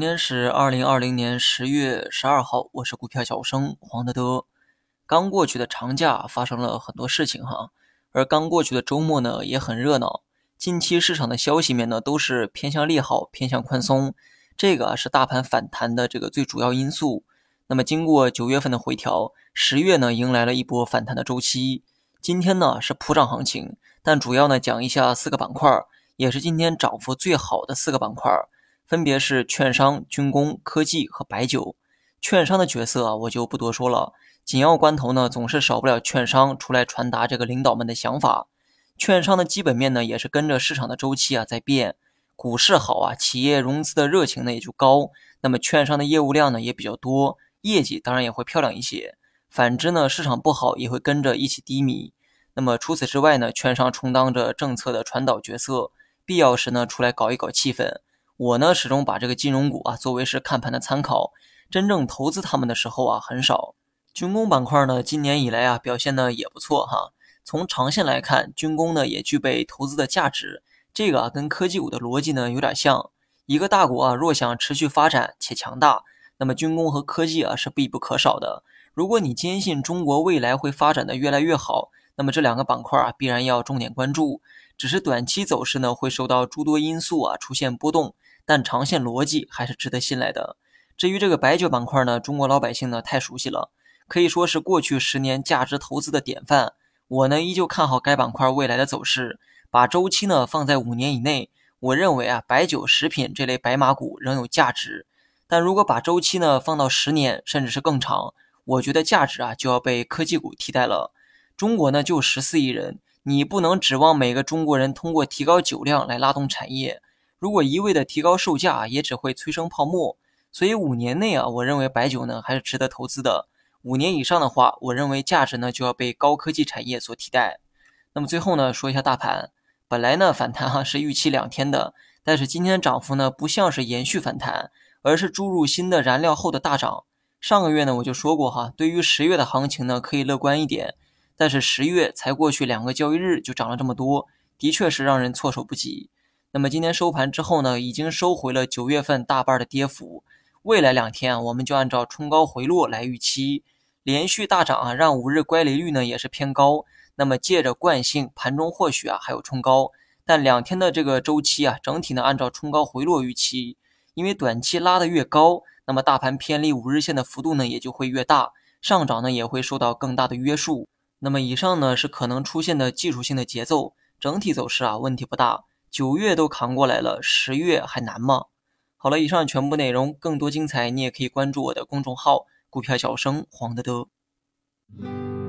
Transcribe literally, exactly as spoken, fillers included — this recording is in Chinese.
天是二零二零年十月十二号，我是股票小生黄德德。刚过去的长假发生了很多事情哈，而刚过去的周末呢也很热闹。近期市场的消息面呢都是偏向利好，偏向宽松，这个啊是大盘反弹的这个最主要因素。那么经过九月份的回调，十月呢迎来了一波反弹的周期。今天呢是普涨行情，但主要呢讲一下四个板块，也是今天涨幅最好的四个板块。分别是券商、军工、科技和白酒。券商的角色啊，我就不多说了。紧要关头呢，总是少不了券商出来传达这个领导们的想法。券商的基本面呢，也是跟着市场的周期啊在变。股市好啊，企业融资的热情呢也就高，那么券商的业务量呢也比较多，业绩当然也会漂亮一些。反之呢，市场不好也会跟着一起低迷。那么除此之外呢，券商充当着政策的传导角色，必要时呢出来搞一搞气氛。我呢始终把这个金融股啊作为是看盘的参考，真正投资他们的时候啊很少。军工板块呢今年以来啊表现的也不错哈，从长线来看，军工呢也具备投资的价值，这个啊跟科技股的逻辑呢有点像。一个大国啊若想持续发展且强大，那么军工和科技啊是必不可少的。如果你坚信中国未来会发展的越来越好，那么这两个板块啊必然要重点关注。只是短期走势呢会受到诸多因素啊出现波动，但长线逻辑还是值得信赖的。至于这个白酒板块呢，中国老百姓呢太熟悉了，可以说是过去十年价值投资的典范。我呢依旧看好该板块未来的走势，把周期呢放在五年以内，我认为啊白酒、食品这类白马股仍有价值。但如果把周期呢放到十年甚至是更长，我觉得价值啊就要被科技股替代了。中国呢就十四亿人，你不能指望每个中国人通过提高酒量来拉动产业。如果一味的提高售价，也只会催生泡沫。所以五年内啊，我认为白酒呢还是值得投资的。五年以上的话，我认为价值呢就要被高科技产业所替代。那么最后呢，说一下大盘。本来呢反弹哈、啊、是预期两天的，但是今天的涨幅呢不像是延续反弹，而是注入新的燃料后的大涨。上个月呢我就说过哈，对于十月的行情呢可以乐观一点，但是十月才过去两个交易日就涨了这么多，的确是让人措手不及。那么今天收盘之后呢，已经收回了九月份大半的跌幅。未来两天啊，我们就按照冲高回落来预期。连续大涨啊，让五日乖离率呢也是偏高。那么借着惯性，盘中或许啊还有冲高，但两天的这个周期啊，整体呢按照冲高回落预期。因为短期拉得越高，那么大盘偏离五日线的幅度呢也就会越大，上涨呢也会受到更大的约束。那么以上呢是可能出现的技术性的节奏，整体走势啊问题不大。九月都扛过来了，十月还难吗？好了，以上全部内容，更多精彩你也可以关注我的公众号股票小生黄德德。